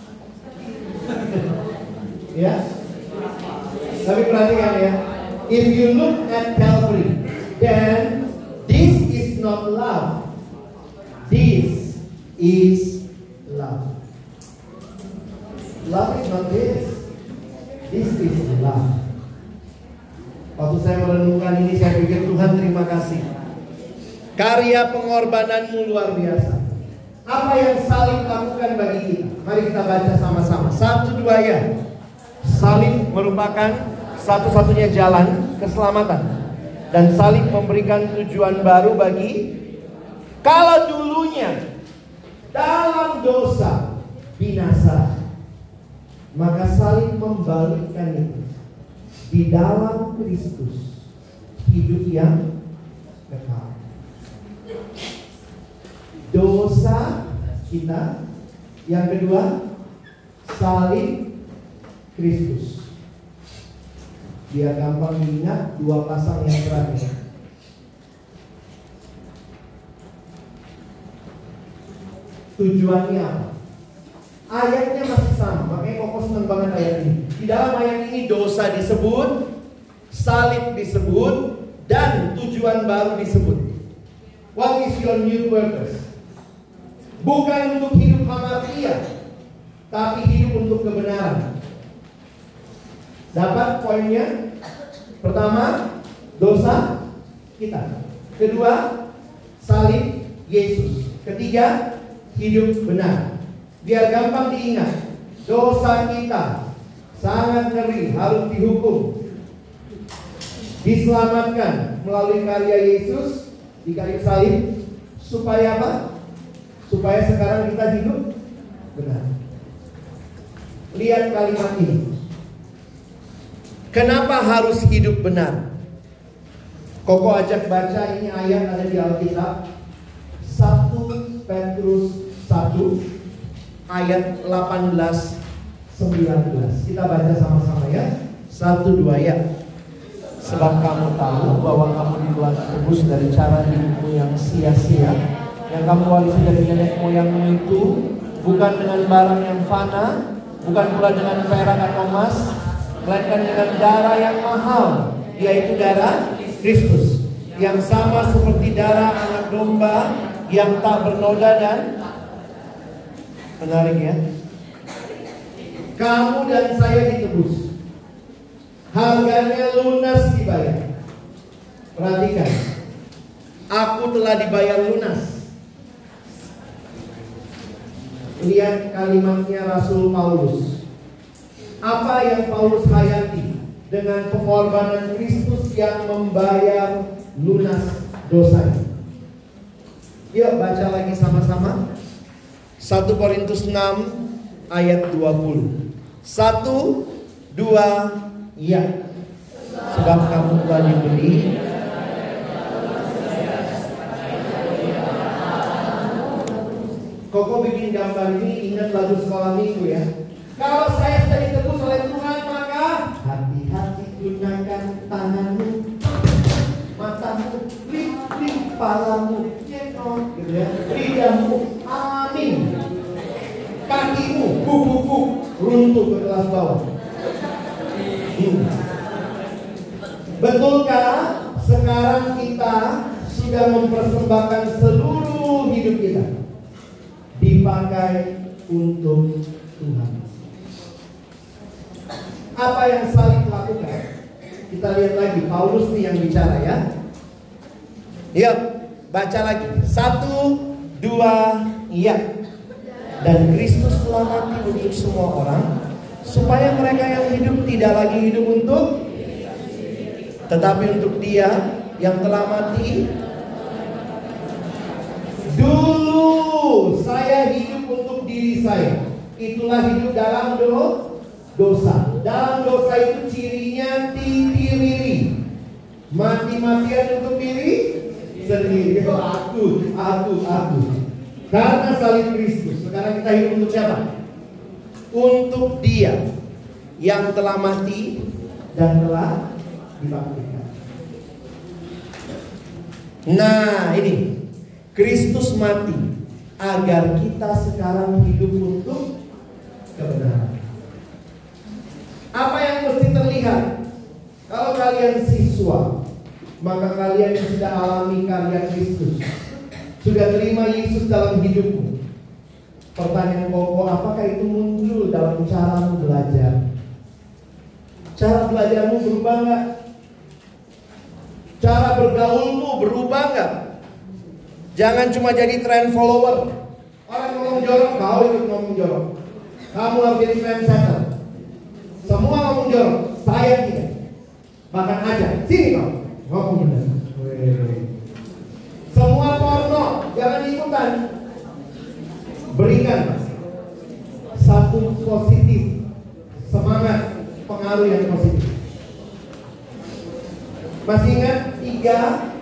Ya. Tapi perhatikan ya, if you look at Calvary, then this is not love. This is love. Love is not this. This is love. Waktu saya merenungkan ini, saya pikir Tuhan terima kasih. Karya pengorbananmu luar biasa. Apa yang salib lakukan bagi kita? Mari kita baca sama-sama. Satu dua ya. Salib merupakan satu-satunya jalan keselamatan. Dan salib memberikan tujuan baru bagi. Kalau dulunya dalam dosa binasa, maka salib membalikkan itu. Di dalam Kristus hidup yang kekal. Dosa kita. Yang kedua, salib Kristus. Biar gampang diingat, dua pasang yang terakhir. Tujuannya apa? Ayatnya masih sama, makanya Koko senang banget ayat ini. Di dalam ayat ini dosa disebut, salib disebut, dan tujuan baru disebut. What is your new purpose? Bukan untuk hidup hamartia, tapi hidup untuk kebenaran. Dapat poinnya? Pertama, dosa kita. Kedua, salib Yesus. Ketiga, hidup benar. Biar gampang diingat, dosa kita sangat ngeri, harus dihukum. Diselamatkan melalui karya Yesus di kayu salib. Supaya apa? Supaya sekarang kita hidup benar. Lihat kalimat ini. Kenapa harus hidup benar? Koko ajak baca, ini ayat ada di Alkitab. satu Petrus satu ayat delapan belas sembilan belas. Kita baca sama-sama ya. satu dua ya. Sebab kamu tahu bahwa kamu telah ditebus dari cara hidupmu yang sia-sia, yang kamu warisi dari nenek moyangmu itu, bukan dengan barang yang fana, bukan pula dengan perak atau emas, melainkan dengan darah yang mahal, yaitu darah Kristus, yang sama seperti darah anak domba yang tak bernoda dan menarik ya. Kamu dan saya ditebus, harganya lunas dibayar. Perhatikan, aku telah dibayar lunas. Lihat kalimatnya Rasul Paulus. Apa yang Paulus hayati dengan pengorbanan Kristus yang membayar lunas dosanya. Yuk baca lagi sama-sama. satu Korintus enam ayat dua puluh. satu, dua, iya. sebab kamu telah dibeli. Koko bikin gambar ini ingat lagu sekolah minggu ya. Kalau saya sudah ditebus oleh Tuhan, maka hati-hati gunakan tanganmu, matamu, lip-lip, palamu, cekok, gitu ya, lidahmu, amin. Kakimu, buk-buk-buk, runtuh ke kelas bawah. Hmm. Betulkah sekarang kita sudah mempersembahkan seluruh hidup kita dipakai untuk Tuhan? Apa yang salib lakukan? Kita lihat lagi, Paulus nih yang bicara ya. Yuk, baca lagi. Satu, dua, iya. Dan Kristus telah mati untuk semua orang, supaya mereka yang hidup tidak lagi hidup untuk, tetapi untuk Dia yang telah mati. Dulu saya hidup untuk diri saya. Itulah hidup dalam dosa. Dalam dosa itu cirinya titiriri, mati-matian untuk diri sendiri. Aku, aku, aku. Karena salib Kristus, sekarang kita hidup untuk siapa? Untuk Dia yang telah mati dan telah dibangkitkan. Nah, ini Kristus mati agar kita sekarang hidup untuk kebenaran. Apa yang mesti terlihat? Kalau kalian siswa, maka kalian yang sudah alami karya Kristus, sudah terima Yesus dalam hidupmu. Pertanyaan pokok, apakah itu muncul dalam caramu belajar? Cara belajarmu berubah nggak? Cara bergaulmu berubah nggak? Jangan cuma jadi trend follower. Orang ngomong jorok, kau ikut ngomong jorok. Kamu harus jadi trendsetter. Semua ngomong jorok, saya tidak. Bahkan aja, sini kau ngomong benar. Semua porno, jangan ikutan. Berikan satu positif, semangat, pengaruh yang positif. Masih ingat tiga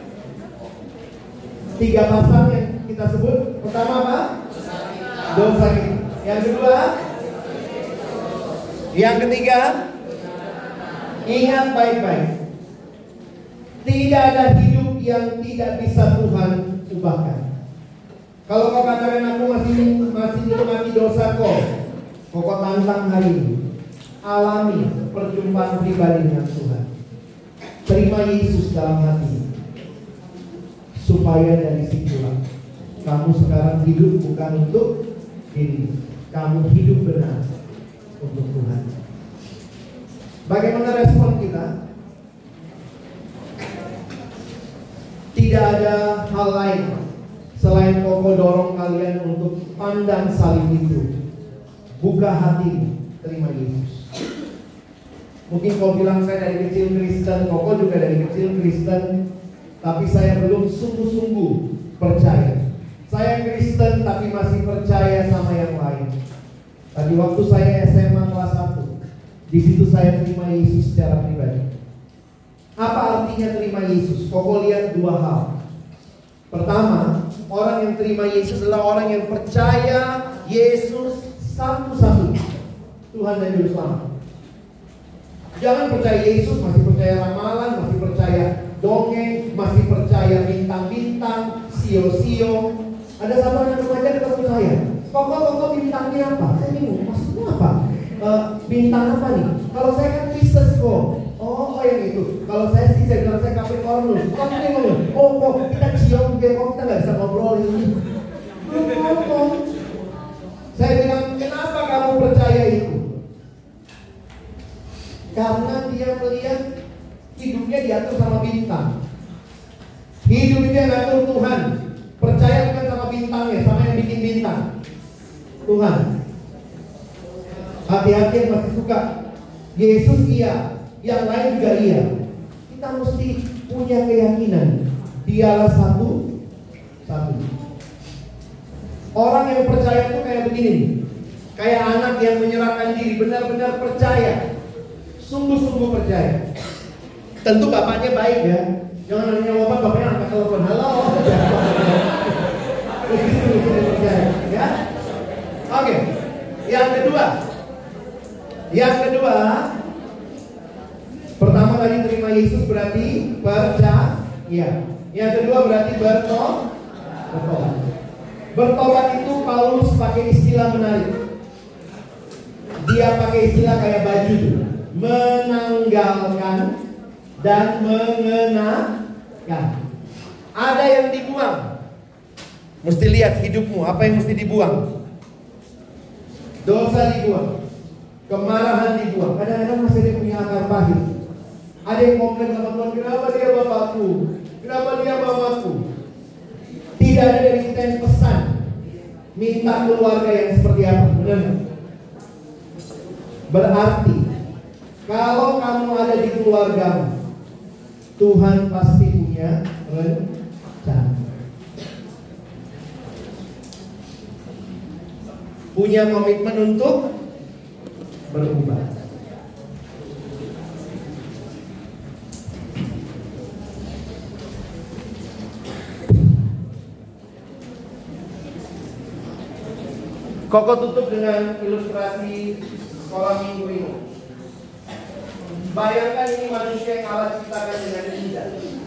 Tiga pasal yang kita sebut? Pertama apa? Dosa kita. Yang kedua? Yang ketiga? Ingat baik-baik, tidak ada hidup yang tidak bisa Tuhan ubahkan. Kalau kau katakan aku masih masih menikmati dosa kau, kau tantang hari ini, alami perjumpaan pribadi dengan Tuhan. Terima Yesus dalam hati, supaya dari situlah kamu sekarang hidup bukan untuk diri, kamu hidup benar untuk Tuhan. Bagaimana respon kita? Tidak ada hal lain selain Koko dorong kalian untuk pandang salib itu. Buka hati, terima Yesus. Mungkin kau bilang saya dari kecil Kristen, Koko juga dari kecil Kristen, tapi saya belum sungguh-sungguh percaya. Saya Kristen tapi masih percaya sama yang lain. Tadi waktu saya S M A kelas satu, di situ saya terima Yesus secara pribadi. Apa artinya terima Yesus? Koko lihat dua hal. Pertama, orang yang terima Yesus adalah orang yang percaya Yesus satu-satunya Tuhan dan Juru Selamat. Jangan percaya Yesus masih percaya ramalan, masih percaya dongeng, masih percaya bintang-bintang, sio-sio. Ada satu anak remaja ketemu saya, Koko, Koko bintangnya apa? Saya bingung, maksudnya apa? Uh, bintang apa nih? Kalau saya kan Pisces kok. Oh, oh yang itu. Kalau saya sih saya bilang saya Capricornus. Kok ini ngomong? Oh, kok kita cium dia, kok kita nggak bisa ngobrol ini. Ngomong. Saya bilang, kenapa kamu percaya itu? Karena dia melihat hidupnya diatur sama bintang. Hidupnya ngatur Tuhan. Percaya bukan sama bintangnya, sama yang bikin bintang. Tuhan. Hati-hati yang masih suka Yesus iya, yang lain juga iya. Kita mesti punya keyakinan Dialah satu Satu. Orang yang percaya itu kayak begini, kayak anak yang menyerahkan diri, benar-benar percaya, sungguh-sungguh percaya. Tentu bapaknya baik ya. Jangan nanya bapak, bapaknya angkat telepon. Halo. Ya. Oke. Yang kedua. Yang kedua. Pertama tadi terima Yesus berarti percaya. Yang kedua berarti bertobat. Bertobat. Bertobat itu Paulus pakai istilah menarik. Dia pakai istilah kayak baju tuh. Menanggalkan dan mengenakan. Ada yang dibuang. Mesti lihat hidupmu, apa yang mesti dibuang. Dosa dibuang, kemarahan dibuang. Kadang-kadang masih ada yang punya akar pahit. Ada yang komplain sama Tuhan, kenapa dia bapakku? Kenapa dia mamaku? Tidak ada dari kita yang pesan minta keluarga yang seperti apa. Benar? Berarti kalau kamu ada di keluargamu, Tuhan pasti punya rencana, punya komitmen untuk berubah. Koko tutup dengan ilustrasi sekolah minggu ini. Bayangkan ini manusia yang Allah ciptakan dengan indah.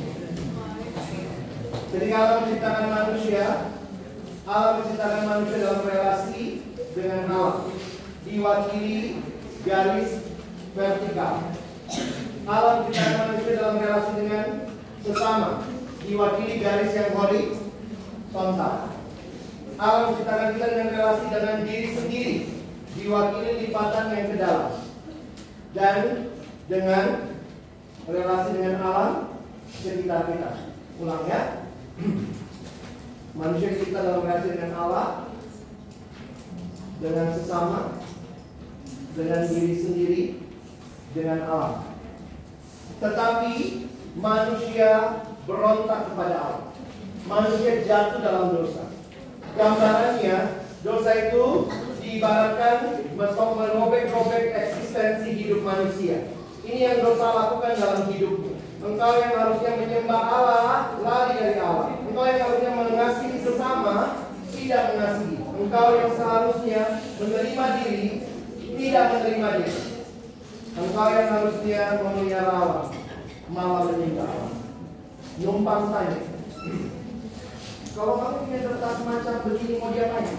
Jadi kalau menciptakan manusia, Allah menciptakan manusia dalam relasi dengan Allah, diwakili garis vertikal. Allah menciptakan manusia dalam relasi dengan sesama, diwakili garis yang horizontal. Allah menciptakan kita dengan relasi dengan diri sendiri, diwakili lipatan yang ke dalam, dan dengan relasi dengan alam sekitar kita. Ulang ya. Manusia kita dalam relasi dengan Allah, dengan sesama, dengan diri sendiri, dengan alam. Tetapi manusia berontak kepada Allah. Manusia jatuh dalam dosa. Gambarannya, dosa itu diibaratkan merobek-robek eksistensi hidup manusia. Ini yang dosa lakukan dalam hidupmu. Engkau yang harusnya menyembah Allah, lari dari Allah. Engkau yang harusnya mengasihi sesama, tidak mengasihi. Engkau yang seharusnya menerima diri, tidak menerima diri. Engkau yang harusnya memelihara Allah, malah menyembah Allah. Numpang tanya. Kalau kamu punya kertas macam begini, mau diapain?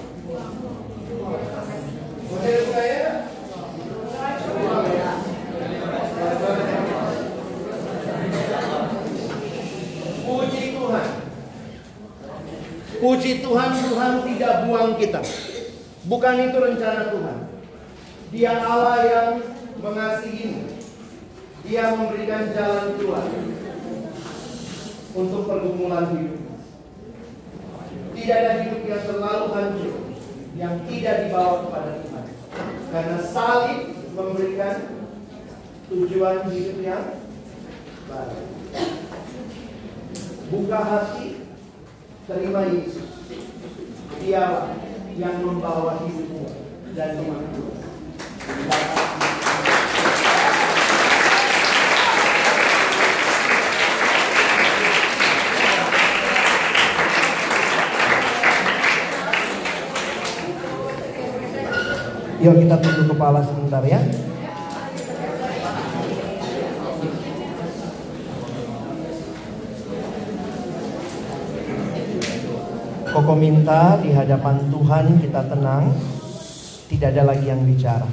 Model saya? Puji Tuhan. Puji Tuhan, Tuhan tidak buang kita. Bukan itu rencana Tuhan. Dia Allah yang mengasihimu. Dia memberikan jalan keluar untuk pergumulan hidup. Tidak ada hidup yang terlalu hancur yang tidak dibawa kepada Tuhan. Karena salib memberikan tujuan hidup yang baru. Buka hati, terima Yesus. Dialah yang membawa hidupmu dan hidupmu. Yuk kita tunduk kepala sebentar ya. Koko minta di hadapan Tuhan kita tenang, tidak ada lagi yang bicara.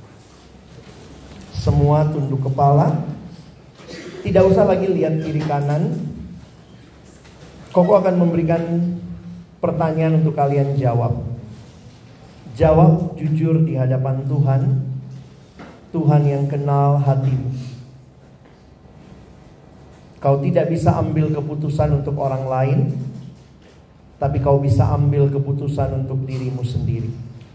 Semua tunduk kepala, tidak usah lagi lihat kiri kanan. Koko akan memberikan pertanyaan untuk kalian jawab. Jawab jujur di hadapan Tuhan, Tuhan yang kenal hatimu. Kau tidak bisa ambil keputusan untuk orang lain, tapi kau bisa ambil keputusan untuk dirimu sendiri.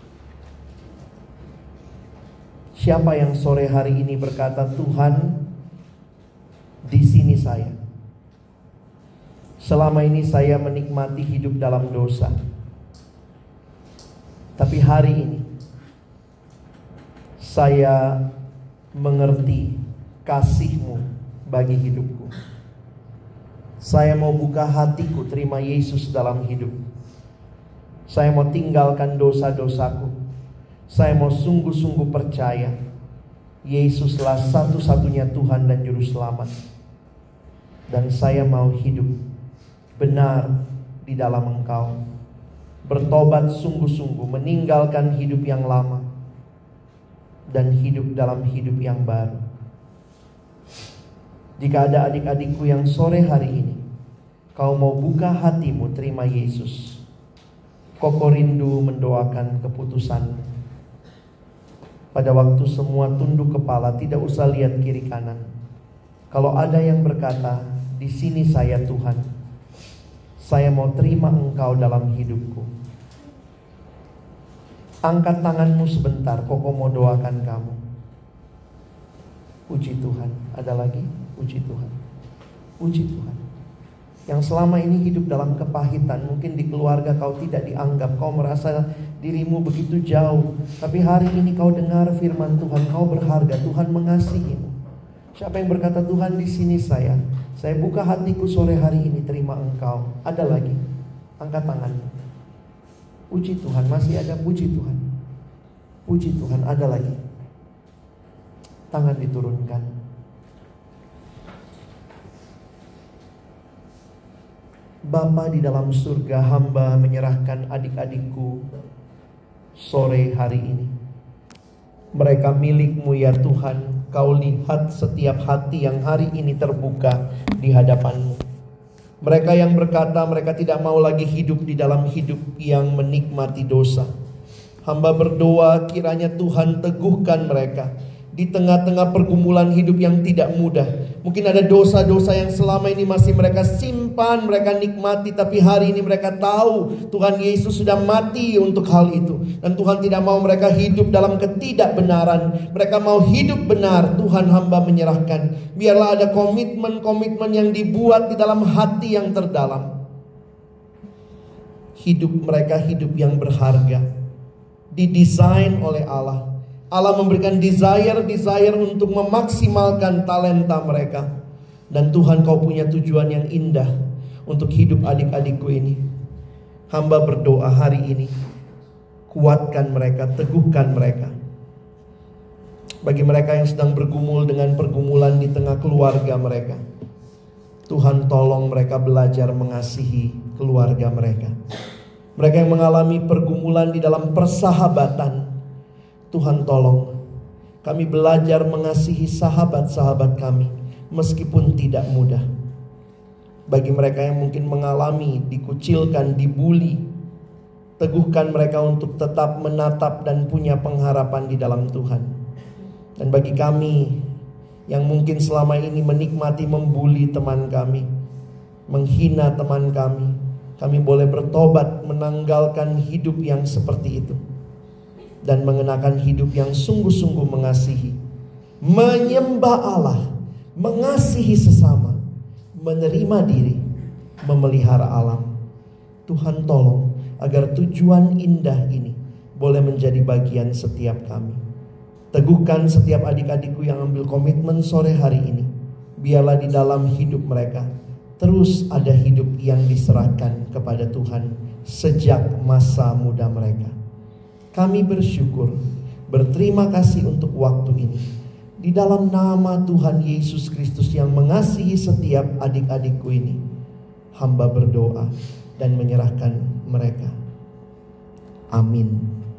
Siapa yang sore hari ini berkata, Tuhan, di sini saya. Selama ini saya menikmati hidup dalam dosa. Tapi hari ini saya mengerti kasih-Mu bagi hidupku. Saya mau buka hatiku, terima Yesus dalam hidup. Saya mau tinggalkan dosa-dosaku. Saya mau sungguh-sungguh percaya Yesuslah satu-satunya Tuhan dan Juru Selamat. Dan saya mau hidup benar di dalam Engkau. Bertobat sungguh-sungguh, meninggalkan hidup yang lama dan hidup dalam hidup yang baru. Jika ada adik-adikku yang sore hari ini kau mau buka hatimu, terima Yesus, Koko rindu mendoakan keputusanmu. Pada waktu semua tunduk kepala, tidak usah lihat kiri kanan. Kalau ada yang berkata, di sini saya Tuhan, saya mau terima Engkau dalam hidupku. Angkat tanganmu sebentar, Koko mau doakan kamu. Puji Tuhan. Ada lagi? Puji Tuhan. Puji Tuhan. Yang selama ini hidup dalam kepahitan, mungkin di keluarga kau tidak dianggap, kau merasa dirimu begitu jauh. Tapi hari ini kau dengar firman Tuhan, kau berharga, Tuhan mengasihimu. Siapa yang berkata, Tuhan di sini saya, saya buka hatiku sore hari ini, terima Engkau. Ada lagi? Angkat tanganmu. Puji Tuhan, masih ada. Puji Tuhan. Puji Tuhan, ada lagi. Tangan diturunkan. Bapa di dalam surga, hamba menyerahkan adik-adikku sore hari ini. Mereka milik-Mu ya Tuhan. Kau lihat setiap hati yang hari ini terbuka di hadapan-Mu. Mereka yang berkata mereka tidak mau lagi hidup di dalam hidup yang menikmati dosa. Hamba berdoa kiranya Tuhan teguhkan mereka di tengah-tengah pergumulan hidup yang tidak mudah. Mungkin ada dosa-dosa yang selama ini masih mereka simpan, mereka nikmati, tapi hari ini mereka tahu Tuhan Yesus sudah mati untuk hal itu. Dan Tuhan tidak mau mereka hidup dalam ketidakbenaran. Mereka mau hidup benar. Tuhan, hamba menyerahkan. Biarlah ada komitmen-komitmen yang dibuat di dalam hati yang terdalam. Hidup mereka hidup yang berharga, didesain oleh Allah. Allah memberikan desire-desire untuk memaksimalkan talenta mereka. Dan Tuhan, Kau punya tujuan yang indah untuk hidup adik-adikku ini. Hamba berdoa hari ini, kuatkan mereka, teguhkan mereka. Bagi mereka yang sedang bergumul dengan pergumulan di tengah keluarga mereka, Tuhan tolong mereka belajar mengasihi keluarga mereka. Mereka yang mengalami pergumulan di dalam persahabatan, Tuhan tolong kami belajar mengasihi sahabat-sahabat kami meskipun tidak mudah. Bagi mereka yang mungkin mengalami dikucilkan, dibuli, teguhkan mereka untuk tetap menatap dan punya pengharapan di dalam Tuhan. Dan bagi kami yang mungkin selama ini menikmati membuli teman kami, menghina teman kami, kami boleh bertobat menanggalkan hidup yang seperti itu dan mengenakan hidup yang sungguh-sungguh mengasihi, menyembah Allah, mengasihi sesama, menerima diri, memelihara alam. Tuhan tolong agar tujuan indah ini boleh menjadi bagian setiap kami. Teguhkan setiap adik-adikku yang ambil komitmen sore hari ini. Biarlah di dalam hidup mereka terus ada hidup yang diserahkan kepada Tuhan sejak masa muda mereka. Kami bersyukur, berterima kasih untuk waktu ini. Di dalam nama Tuhan Yesus Kristus yang mengasihi setiap adik-adikku ini, hamba berdoa dan menyerahkan mereka. Amin.